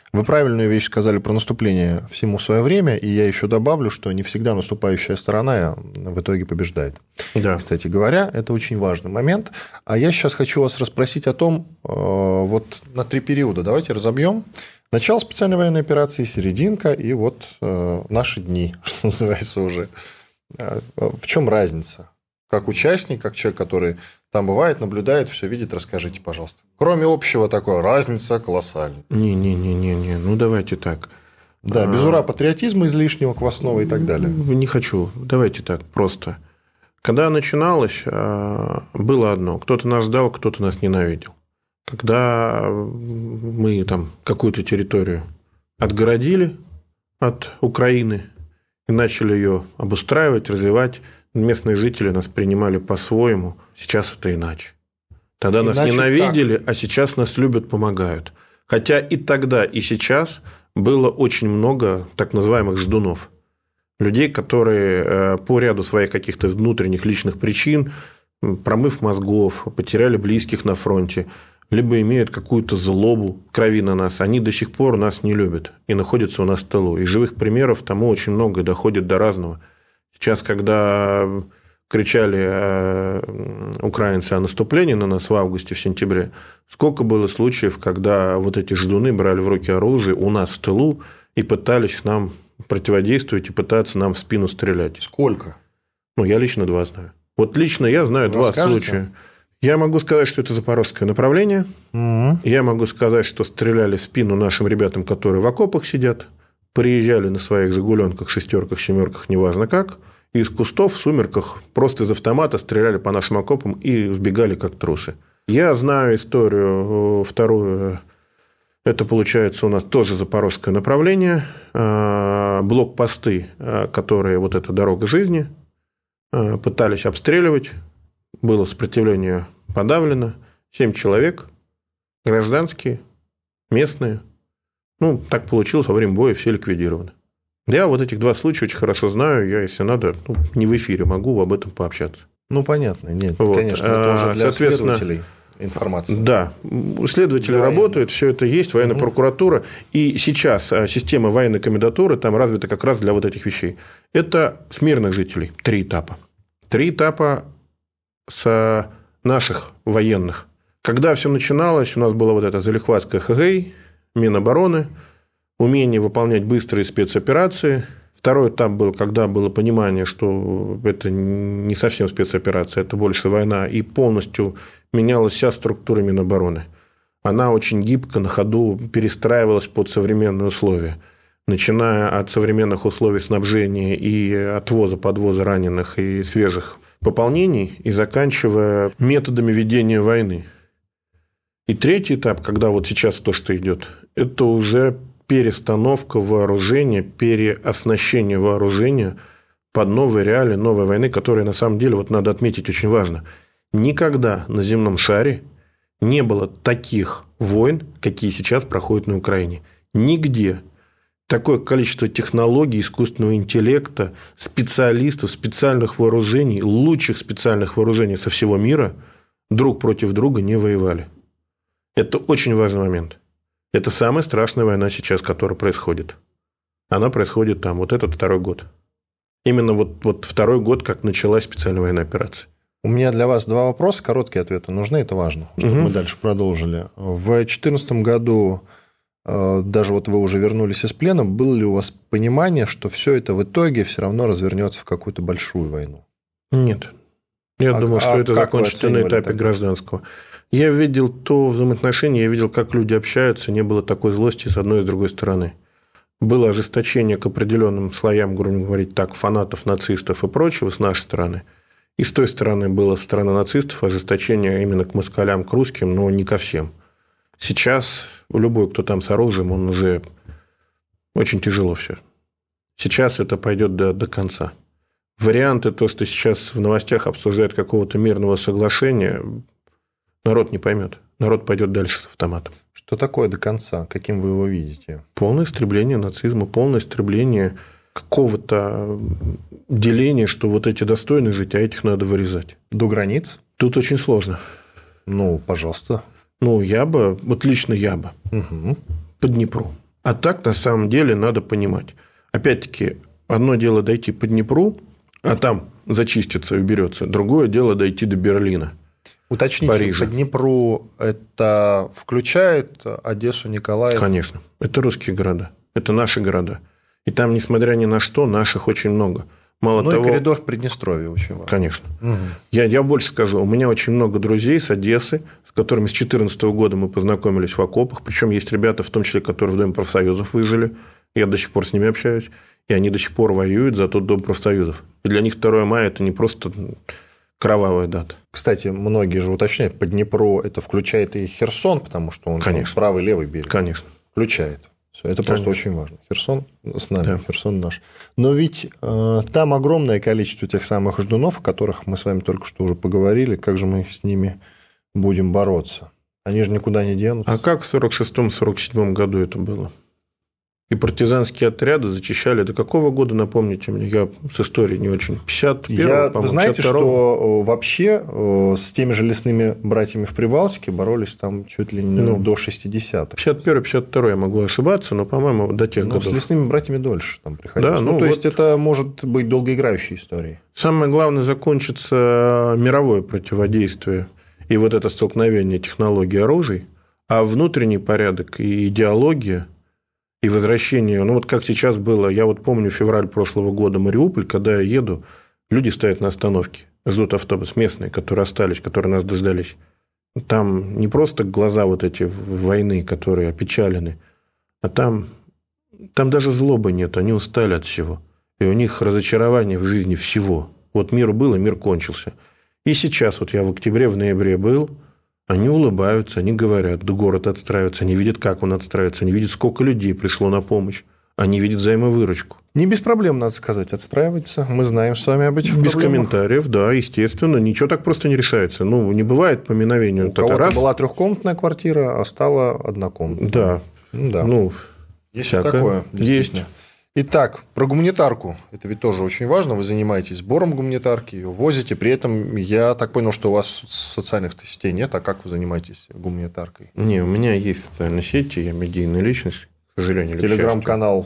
Вы правильную вещь сказали про наступление всему свое время, и я еще добавлю, что не всегда наступающая сторона в итоге побеждает. Да. Кстати говоря, это очень важный момент. А я сейчас хочу вас расспросить о том, вот на 3 периода давайте разобьем. Начало специальной военной операции, серединка и вот наши дни, что называется уже. В чем разница? Как участник, как человек, который там бывает, наблюдает, все видит, расскажите, пожалуйста. Кроме общего такой, разница колоссальная. Не, ну давайте так. Да, без ура патриотизма излишнего, квасного и так далее. Не хочу. Давайте так, просто. Когда начиналось, было одно. Кто-то нас ждал, кто-то нас ненавидел. Когда мы там какую-то территорию отгородили от Украины и начали ее обустраивать, развивать, местные жители нас принимали по-своему. Сейчас это иначе. Тогда нас ненавидели, как? А сейчас нас любят, помогают. Хотя и тогда, и сейчас было очень много так называемых ждунов. Людей, которые по ряду своих каких-то внутренних личных причин, промыв мозгов, потеряли близких на фронте, либо имеют какую-то злобу крови на нас, они до сих пор нас не любят и находятся у нас в тылу. И живых примеров тому очень много, и доходит до разного. Сейчас, когда кричали украинцы о наступлении на нас в августе, в сентябре, сколько было случаев, когда вот эти ждуны брали в руки оружие у нас в тылу и пытались нам противодействовать и пытаться нам в спину стрелять. Сколько? Ну, я лично 2 знаю. Вот лично я знаю 2 случая. Я могу сказать, что это запорожское направление. Угу. Я могу сказать, что стреляли в спину нашим ребятам, которые в окопах сидят, приезжали на своих «Жигуленках», «шестерках», «семерках», неважно как, и из кустов в сумерках просто из автомата стреляли по нашим окопам и сбегали как трусы. Я знаю историю вторую. Это, получается, у нас тоже запорожское направление. Блокпосты, которые вот эта дорога жизни, пытались обстреливать. Было сопротивление подавлено. 7 человек, гражданские, местные. Ну, так получилось, во время боя все ликвидированы. Я вот этих 2 случая очень хорошо знаю. Я, если надо, не в эфире могу об этом пообщаться. Ну, понятно. Нет, вот. Конечно, это уже для следователей информация. Да, следователи работают, все это есть, военная прокуратура. И сейчас система военной комендатуры там развита как раз для вот этих вещей. Это с мирных жителей 3 этапа. 3 этапа с наших военных. Когда все начиналось, у нас была вот эта залихватская ХГИ, Минобороны, умение выполнять быстрые спецоперации. 2-й этап был, когда было понимание, что это не совсем спецоперация, это больше война, и полностью менялась вся структура Минобороны. Она очень гибко на ходу перестраивалась под современные условия, начиная от современных условий снабжения и отвоза, подвоза раненых и свежих пополнений, и заканчивая методами ведения войны. И 3-й этап, когда вот сейчас то, что идет, это уже перестановка вооружения, переоснащение вооружения под новые реалии новой войны, которая, на самом деле, вот надо отметить, очень важно. Никогда на земном шаре не было таких войн, какие сейчас проходят на Украине. Нигде. Такое количество технологий, искусственного интеллекта, специалистов, специальных вооружений, лучших специальных вооружений со всего мира друг против друга не воевали. Это очень важный момент. Это самая страшная война сейчас, которая происходит. Она происходит там, вот этот 2-й год. Именно вот 2-й год, как началась специальная военная операция. У меня для вас 2 вопроса, короткие ответы нужны, это важно, чтобы мы дальше продолжили. В 2014 году, даже вот вы уже вернулись из плена, было ли у вас понимание, что все это в итоге все равно развернется в какую-то большую войну? Нет. Я думал, что это закончится на этапе гражданского. Я видел то взаимоотношение, я видел, как люди общаются, не было такой злости с одной и с другой стороны. Было ожесточение к определенным слоям, грубо говорить так, фанатов, нацистов и прочего с нашей стороны. И с той стороны было со стороны нацистов ожесточение именно к москалям, к русским, но не ко всем. Сейчас любой, кто там с оружием, он уже очень тяжело все. Сейчас это пойдет до конца. Варианты, то, что сейчас в новостях обсуждают какого-то мирного соглашения, народ не поймет. Народ пойдет дальше с автоматом. Что такое до конца? Каким вы его видите? Полное истребление нацизма, полное истребление какого-то деления, что вот эти достойны жить, а этих надо вырезать. До границ? Тут очень сложно. Ну, пожалуйста. Ну, я бы, вот лично я бы, по Днепру. А так, на самом деле, надо понимать. Опять-таки, одно дело дойти по Днепру, а там зачистится и уберется. Другое дело дойти до Берлина. Уточните, Парижа. по Днепру это включает Одессу, Николаев? Конечно. Это русские города. Это наши города. И там, несмотря ни на что, наших очень много. Мало того, и коридор в Приднестровье очень важен. Конечно. Угу. Я больше скажу. У меня очень много друзей с Одессы, с которыми с 2014 года мы познакомились в окопах. Причем есть ребята, в том числе, которые в Доме профсоюзов выжили. Я до сих пор с ними общаюсь. И они до сих пор воюют за тот Дом профсоюзов. И для них 2 мая – это не просто кровавая дата. Кстати, многие же уточняют, по Днепру это включает и Херсон, потому что он правый, левый берег. Конечно. Включает. Это просто очень важно. Херсон с нами, да. Херсон наш. Но ведь там огромное количество тех самых ждунов, о которых мы с вами только что уже поговорили. Как же мы с ними будем бороться? Они же никуда не денутся. А как в 1946-1947 году это было? И партизанские отряды зачищали. До какого года, напомните мне? Я с историей не очень. 51-го, вы знаете, 52-го? что вообще с теми же лесными братьями в Прибалтике боролись там чуть ли не до 60-х. 51-52 я могу ошибаться, но, по-моему, до тех годов. С лесными братьями дольше там приходилось. Да, то есть, это может быть долгоиграющей историей. Самое главное, закончится мировое противодействие и вот это столкновение технологий и оружий, а внутренний порядок и идеология и возвращение, вот как сейчас было, я вот помню февраль прошлого года, Мариуполь, когда я еду, люди стоят на остановке, ждут автобус, местные, которые остались, которые нас дождались. Там не просто глаза вот эти войны, которые опечалены, а там даже злобы нет, они устали от всего. И у них разочарование в жизни всего. Вот мир был, и мир кончился. И сейчас, вот я в октябре, в ноябре был, они улыбаются, они говорят, да город отстраивается, они видят, как он отстраивается, они видят, сколько людей пришло на помощь, они видят взаимовыручку. Не без проблем, надо сказать, отстраивается. Мы знаем с вами об этих без проблемах. Комментариев, да, естественно. Ничего так просто не решается. Не бывает по мгновению. У кого-то была трехкомнатная квартира, а стала однокомнатная. Да. Есть такое. Есть. Итак, про гуманитарку. Это ведь тоже очень важно. Вы занимаетесь сбором гуманитарки, ее возите. При этом я так понял, что у вас социальных сетей нет. А как вы занимаетесь гуманитаркой? Не, у меня есть социальные сети, я медийная личность, к сожалению. Телеграм-канал.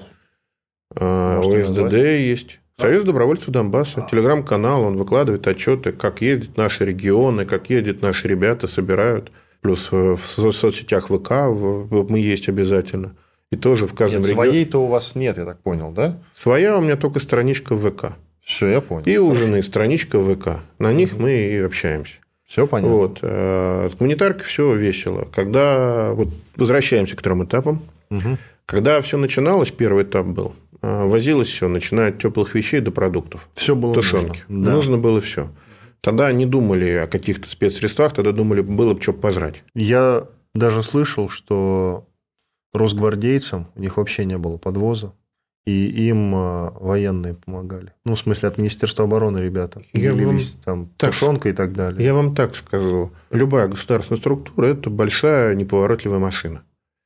ОСДД есть. Союз добровольцев Донбасса. Телеграм-канал, он выкладывает отчеты, как ездят наши регионы, как ездят наши ребята, собирают. Плюс в соцсетях ВК мы есть обязательно. И тоже в каждом регионе. Своей-то у вас нет, я так понял, да? Своя у меня только страничка в ВК. Все, я понял. И у жены страничка в ВК. На них мы и общаемся. Все понятно. Вот. С гуманитаркой все весело. Когда возвращаемся к 3 этапам. Когда все начиналось, первый этап был. Возилось все, начиная от теплых вещей до продуктов. Все было тушенки. Нужно. Да. Нужно было все. Тогда не думали о каких-то спецсредствах, тогда думали, было бы что пожрать. Я даже слышал, что росгвардейцам у них вообще не было подвоза, и им военные помогали. В смысле, от Министерства обороны ребята делились там тушенкой и так далее. Я вам так скажу. Любая государственная структура – это большая неповоротливая машина.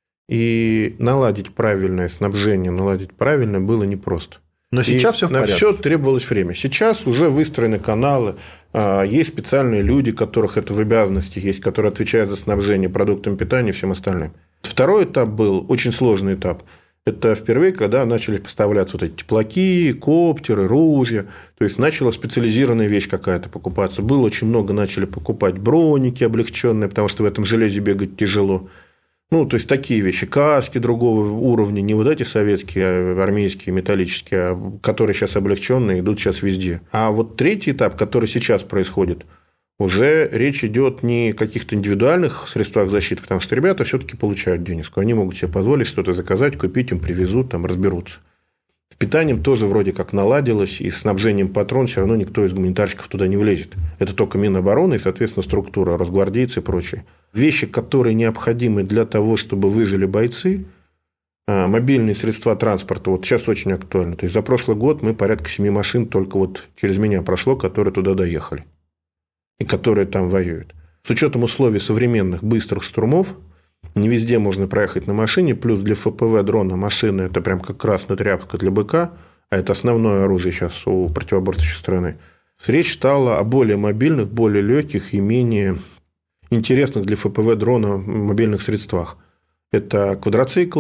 И наладить правильное снабжение, наладить правильное было непросто. Но сейчас все в порядке. На все требовалось время. Сейчас уже выстроены каналы, есть специальные люди, которых это в обязанности есть, которые отвечают за снабжение продуктами питания и всем остальным. Второй этап был очень сложный этап. Это впервые, когда начали поставляться вот эти теплаки, коптеры, ружья. То есть начала специализированная вещь какая-то покупаться. Было очень много, начали покупать броники облегченные, потому что в этом железе бегать тяжело. То есть такие вещи, каски другого уровня, не вот эти советские, армейские, металлические, которые сейчас облегченные, идут сейчас везде. А вот третий этап, который сейчас происходит, уже речь идет не о каких-то индивидуальных средствах защиты, потому что ребята все-таки получают денежку. Они могут себе позволить что-то заказать, купить, им привезут, там разберутся. С питанием тоже вроде как наладилось, и с снабжением патрон все равно никто из гуманитарщиков туда не влезет. Это только Минобороны и, соответственно, структура, росгвардейцы и прочее. Вещи, которые необходимы для того, чтобы выжили бойцы, мобильные средства транспорта, вот сейчас очень актуально. То есть за прошлый год мы порядка 7 машин только вот через меня прошло, которые туда доехали и которые там воюют. С учетом условий современных быстрых штурмов, не везде можно проехать на машине, плюс для ФПВ дрона машины это прям как красная тряпка для быка, а это основное оружие сейчас у противоборствующей страны. Речь стала о более мобильных, более легких и менее интересных для ФПВ дрона мобильных средствах. Это квадроциклы,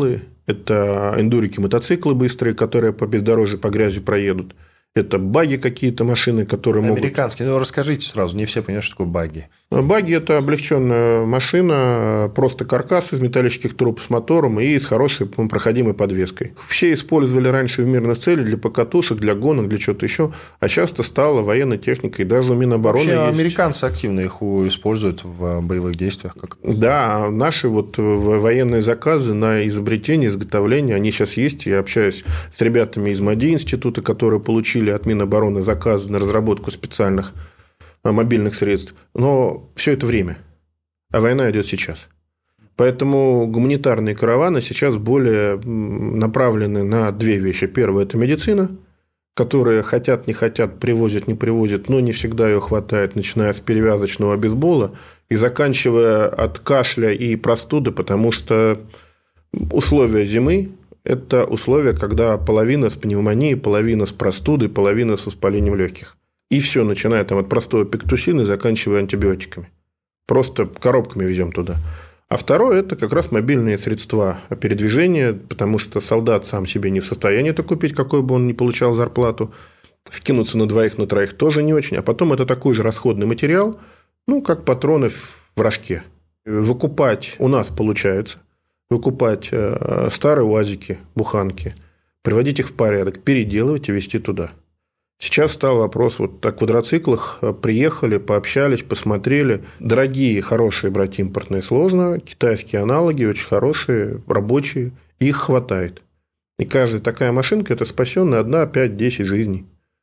Это эндурики, мотоциклы быстрые, которые по бездорожью, по грязи проедут. Это баги какие-то машины, которые могут... Американские. Ну, расскажите сразу, не все понимают, что такое баги. Баги – это облегченная машина, просто каркас из металлических труб с мотором и с хорошей проходимой подвеской. Все использовали раньше в мирных целях для покатушек, для гонок, для чего-то еще, а часто стала военной техникой, даже у Минобороны вообще, есть. Американцы активно их используют в боевых действиях. Да, наши вот военные заказы на изобретение, изготовление, они сейчас есть. Я общаюсь с ребятами из МАДИ института, которые получили от Минобороны заказы на разработку специальных мобильных средств. Но все это время. А война идет сейчас. Поэтому гуманитарные караваны сейчас более направлены на две вещи. Первое – это медицина, которые хотят, не хотят, привозят, не привозят, но не всегда ее хватает, начиная с перевязочного бейсбола и заканчивая от кашля и простуды, потому что условия зимы – это условия, когда половина с пневмонией, половина с простудой, половина с воспалением легких. И все, начиная там от простого пектусина и заканчивая антибиотиками. Просто коробками везем туда. А второе – это как раз мобильные средства передвижения, потому что солдат сам себе не в состоянии это купить, какой бы он ни получал зарплату. Скинуться на двоих, на троих тоже не очень. А потом это такой же расходный материал, ну, как патроны в рожке. Выкупать у нас получается. Выкупать старые УАЗики, буханки, приводить их в порядок, переделывать и везти туда. Сейчас стал вопрос вот о квадроциклах. Приехали, пообщались, посмотрели. Дорогие, хорошие брать импортные сложно. Китайские аналоги очень хорошие, рабочие. Их хватает. И каждая такая машинка – это спасенная 1, 5, 10 жизней.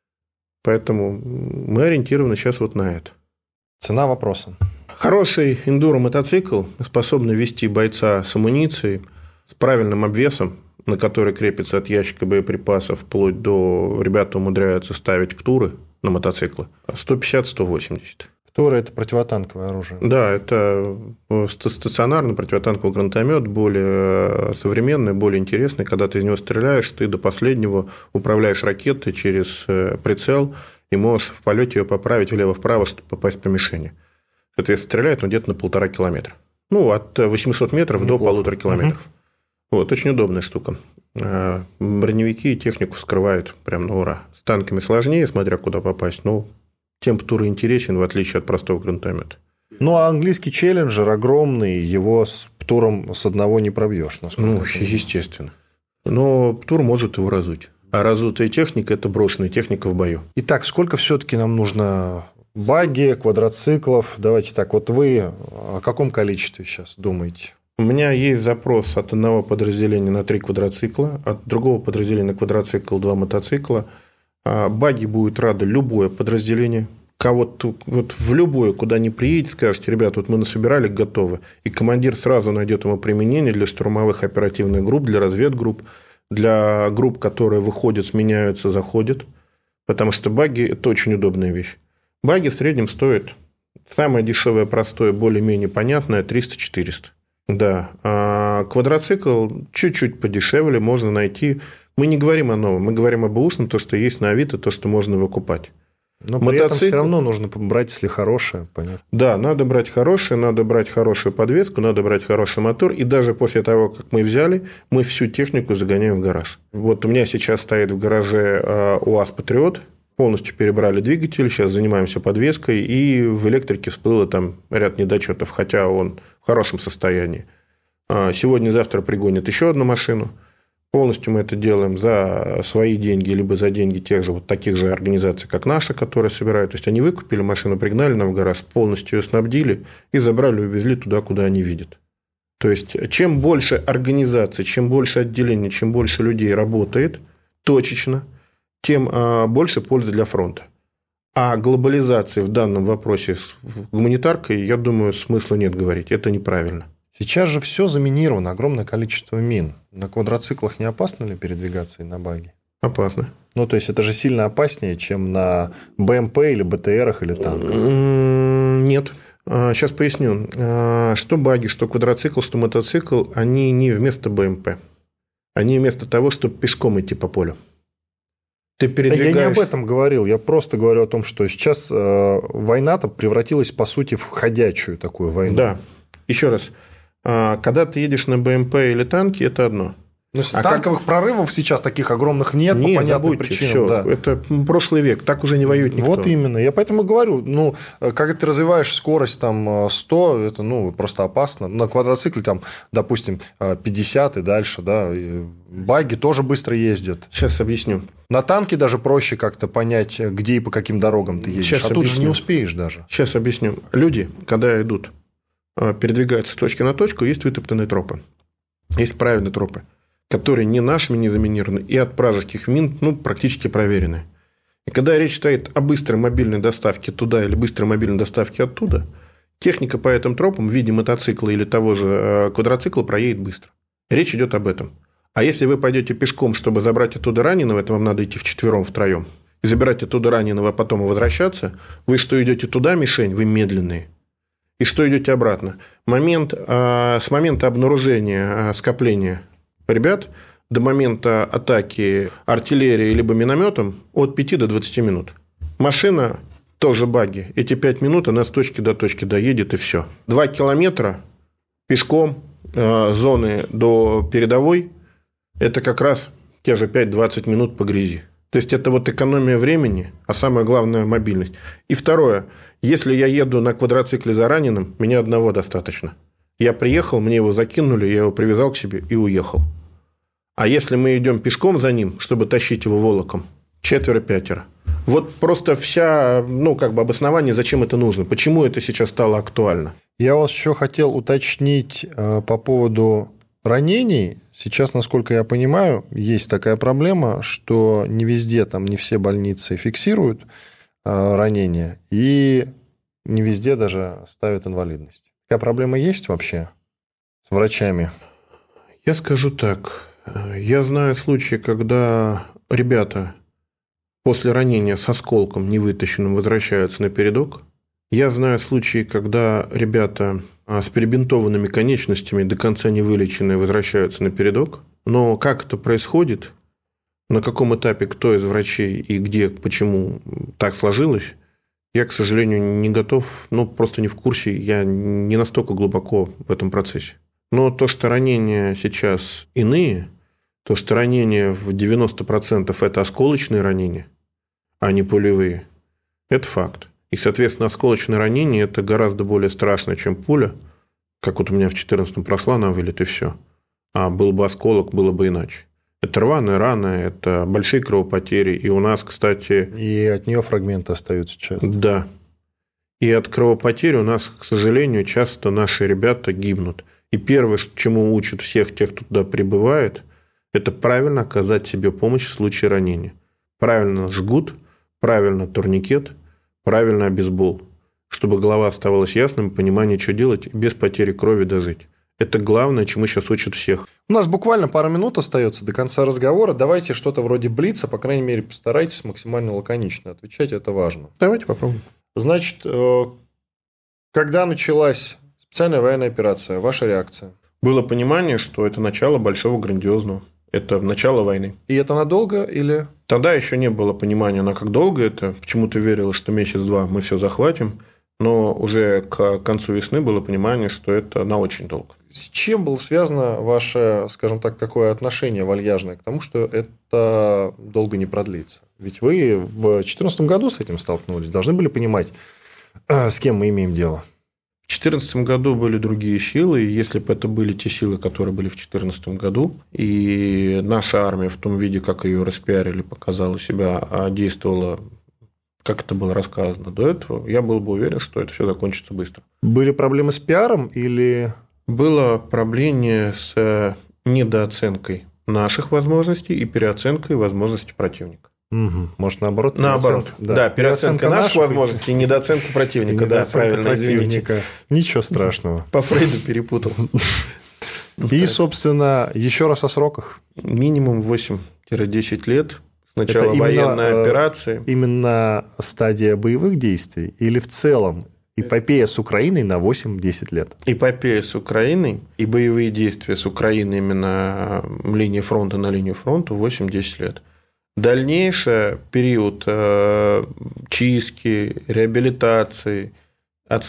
Поэтому мы ориентированы сейчас вот на это. Цена вопроса. Хороший эндуро-мотоцикл, способный вести бойца с амуницией, с правильным обвесом, на который крепится от ящика боеприпасов, вплоть до... Ребята умудряются ставить ПТУры на мотоциклы. 150-180. ПТУры – это противотанковое оружие. Да, это стационарный противотанковый гранатомет, более современный, более интересный. Когда ты из него стреляешь, ты до последнего управляешь ракетой через прицел и можешь в полете ее поправить влево-вправо, чтобы попасть по мишени. Соответственно, стреляет он где-то на 1,5 километра. Ну, от 800 метров неплохо. До 1,5 километров. Вот, очень удобная штука. Броневики и технику вскрывают прям на ура. С танками сложнее, смотря куда попасть, но тем ПТУР интересен, в отличие от простого гранатомета. Ну, а английский челленджер огромный, его с ПТУром с одного не пробьешь. Ну, естественно. Но ПТУр может его разуть. А разутая техника – это брошенная техника в бою. Итак, сколько все-таки нам нужно баги, квадроциклов? Давайте так, вот вы о каком количестве сейчас думаете? У меня есть запрос от одного подразделения на 3 квадроцикла, от другого подразделения на квадроцикл 2 мотоцикла. Баги будет рады любое подразделение. Кого-то вот в любое, куда ни приедет, скажете: ребята, вот мы насобирали, готовы. И командир сразу найдет ему применение для штурмовых оперативных групп, для разведгрупп, для групп, которые выходят, сменяются, заходят. Потому что баги – это очень удобная вещь. Баги в среднем стоят, самое дешевое, простое, более-менее понятное, 300-400. Да, а квадроцикл чуть-чуть подешевле можно найти. Мы не говорим о новом, мы говорим об бэушном, то, что есть на Авито, то, что можно выкупать. Но при этом все равно нужно брать, если хорошее, понятно. Да, надо брать хорошее, надо брать хорошую подвеску, надо брать хороший мотор. И даже после того, как мы взяли, мы всю технику загоняем в гараж. Вот у меня сейчас стоит в гараже УАЗ «Патриот». Полностью перебрали двигатель, сейчас занимаемся подвеской, и в электрике всплыло там ряд недочетов, хотя он в хорошем состоянии. Сегодня-завтра пригонят еще одну машину. Полностью мы это делаем за свои деньги, либо за деньги тех же вот таких же организаций, как наша, которые собирают. То есть они выкупили машину, пригнали нам в гараж, полностью ее снабдили и забрали, увезли туда, куда они видят. То есть чем больше организаций, чем больше отделений, чем больше людей работает точечно, тем больше пользы для фронта. А глобализации в данном вопросе с гуманитаркой, я думаю, смысла нет говорить. Это неправильно. Сейчас же все заминировано, огромное количество мин. На квадроциклах не опасно ли передвигаться и на баги? Опасно. Ну, то есть, это же сильно опаснее, чем на БМП или БТРах или танках? Нет. Сейчас поясню. Что баги, что квадроцикл, что мотоцикл, они не вместо БМП. Они вместо того, чтобы пешком идти по полю. Ты передвигаешь... Я не об этом говорил, я просто говорю о том, что сейчас война-то превратилась, по сути, в ходячую такую войну. Да. Еще раз. Когда ты едешь на БМП или танке, это одно. Танковых прорывов сейчас таких огромных нет, по понятным причинам. Всё. Да. Это прошлый век, так уже не воюет никто. Вот именно. Я поэтому говорю, когда ты развиваешь скорость 100, это просто опасно. На квадроцикле, допустим, 50 и дальше, да, и баги тоже быстро ездят. Сейчас объясню. На танке даже проще как-то понять, где и по каким дорогам ты едешь. Сейчас тут же не успеешь даже. Сейчас объясню. Люди, когда идут, передвигаются с точки на точку, есть вытоптанные тропы. Есть правильные тропы, которые ни нашими не заминированы, и от вражеских мин практически проверены. И когда речь стоит о быстрой мобильной доставке туда или быстрой мобильной доставке оттуда, техника по этим тропам в виде мотоцикла или того же квадроцикла проедет быстро. Речь идет об этом. А если вы пойдете пешком, чтобы забрать оттуда раненого, это вам надо идти вчетвером, втроем, и забирать оттуда раненого, а потом возвращаться, вы что идете туда, мишень, вы медленные, и что идете обратно. С момента обнаружения скопления ребят до момента атаки артиллерией либо минометом от 5 до 20 минут. Машина тоже баги. Эти 5 минут она с точки до точки доедет, и все. 2 километра пешком зоны до передовой – это как раз те же 5-20 минут по грязи. То есть, это экономия времени, а самое главное – мобильность. И второе. Если я еду на квадроцикле за раненым, меня одного достаточно. Я приехал, мне его закинули, я его привязал к себе и уехал. А если мы идем пешком за ним, чтобы тащить его волоком, 4-5. Вот просто вся, обоснование, зачем это нужно, почему это сейчас стало актуально. Я вас еще хотел уточнить по поводу ранений. Сейчас, насколько я понимаю, есть такая проблема, что не везде, не все больницы фиксируют ранения, и не везде даже ставят инвалидность. Такая проблема есть вообще с врачами? Я скажу так. Я знаю случаи, когда ребята после ранения с осколком невытащенным возвращаются на передок. Я знаю случаи, когда ребята с перебинтованными конечностями, до конца не вылеченные, возвращаются на передок. Но как это происходит, на каком этапе кто из врачей и где, почему так сложилось, я, к сожалению, не готов, просто не в курсе, я не настолько глубоко в этом процессе. Но то, что ранения сейчас иные, то, что ранения в 90% это осколочные ранения, а не пулевые, это факт. И, соответственно, осколочное ранение – это гораздо более страшно, чем пуля, как у меня в 14-м прошла на вылет, и все. А был бы осколок, было бы иначе. Это рваная рана, это большие кровопотери. И у нас, кстати… И от нее фрагменты остаются часто. Да. И от кровопотери у нас, к сожалению, часто наши ребята гибнут. И первое, чему учат всех тех, кто туда прибывает, это правильно оказать себе помощь в случае ранения. Правильно жгут, правильно турникет, правильно обезбол, чтобы голова оставалась ясным, понимание, что делать, без потери крови дожить. Это главное, чему сейчас учат всех. У нас буквально пару минут остается до конца разговора. Давайте что-то вроде блица, по крайней мере, постарайтесь максимально лаконично отвечать, это важно. Давайте попробуем. Значит, когда началась специальная военная операция, ваша реакция? Было понимание, что это начало большого грандиозного. Это начало войны. И это надолго или… Тогда еще не было понимания, на как долго это. Почему-то верилось, что месяц-два мы все захватим. Но уже к концу весны было понимание, что это на очень долго. С чем было связано ваше, скажем так, такое отношение вальяжное к тому, что это долго не продлится? Ведь вы в 2014 году с этим столкнулись, должны были понимать, с кем мы имеем дело. В 2014 году были другие силы, и если бы это были те силы, которые были в 2014 году, и наша армия в том виде, как ее распиарили, показала себя, действовала, как это было рассказано до этого, я был бы уверен, что это все закончится быстро. Были проблемы с пиаром или… Было проблема с недооценкой наших возможностей и переоценкой возможностей противника. Угу. Может, наоборот? Наоборот. Да, переоценка наших возможностей и недооценка противника. Да, правильно, извините. Ничего страшного. По Фрейду перепутал. И, собственно, еще раз о сроках. Минимум 8-10 лет с начала военной операции. Именно стадия боевых действий или в целом эпопея с Украиной на 8-10 лет? Эпопея с Украиной и боевые действия с Украиной именно линии фронта на линию фронта 8-10 лет. Дальнейший период чистки, реабилитации, от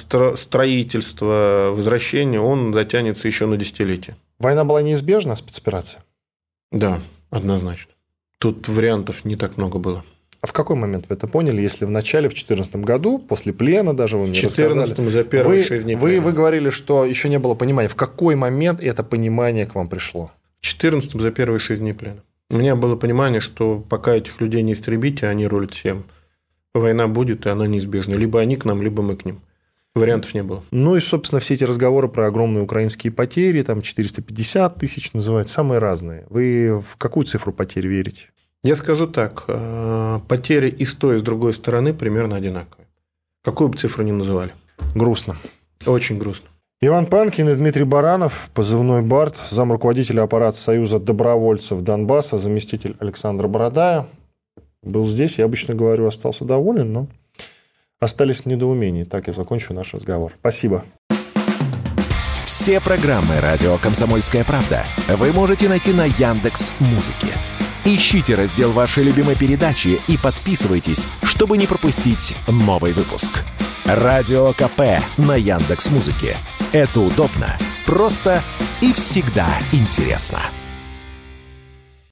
строительства, возвращения, он затянется еще на десятилетие. Война была неизбежна, спецоперация? Да, однозначно. Тут вариантов не так много было. А в какой момент вы это поняли, если в начале, в 2014 году, после плена даже вы мне рассказали? В 2014 за первые 6 дней плена. Вы говорили, что еще не было понимания. В какой момент это понимание к вам пришло? В 2014 за первые 6 дней плена. У меня было понимание, что пока этих людей не истребите, они рулят всем. Война будет, и она неизбежна. Либо они к нам, либо мы к ним. Вариантов не было. Ну и, собственно, все эти разговоры про огромные украинские потери, там 450 тысяч называют, самые разные. Вы в какую цифру потерь верите? Я скажу так. Потери и с той, и с другой стороны примерно одинаковые. Какую бы цифру ни называли. Грустно. Очень грустно. Иван Панкин и Дмитрий Баранов, позывной «Барт», замруководителя аппарата Союза добровольцев Донбасса, заместитель Александра Бородая. Был здесь, я обычно говорю, остался доволен, но остались в недоумении. Так я закончу наш разговор. Спасибо. Все программы «Радио Комсомольская правда» вы можете найти на Яндекс.Музыке. Ищите раздел вашей любимой передачи и подписывайтесь, чтобы не пропустить новый выпуск. Радио КП на Яндекс.Музыке. Это удобно, просто и всегда интересно.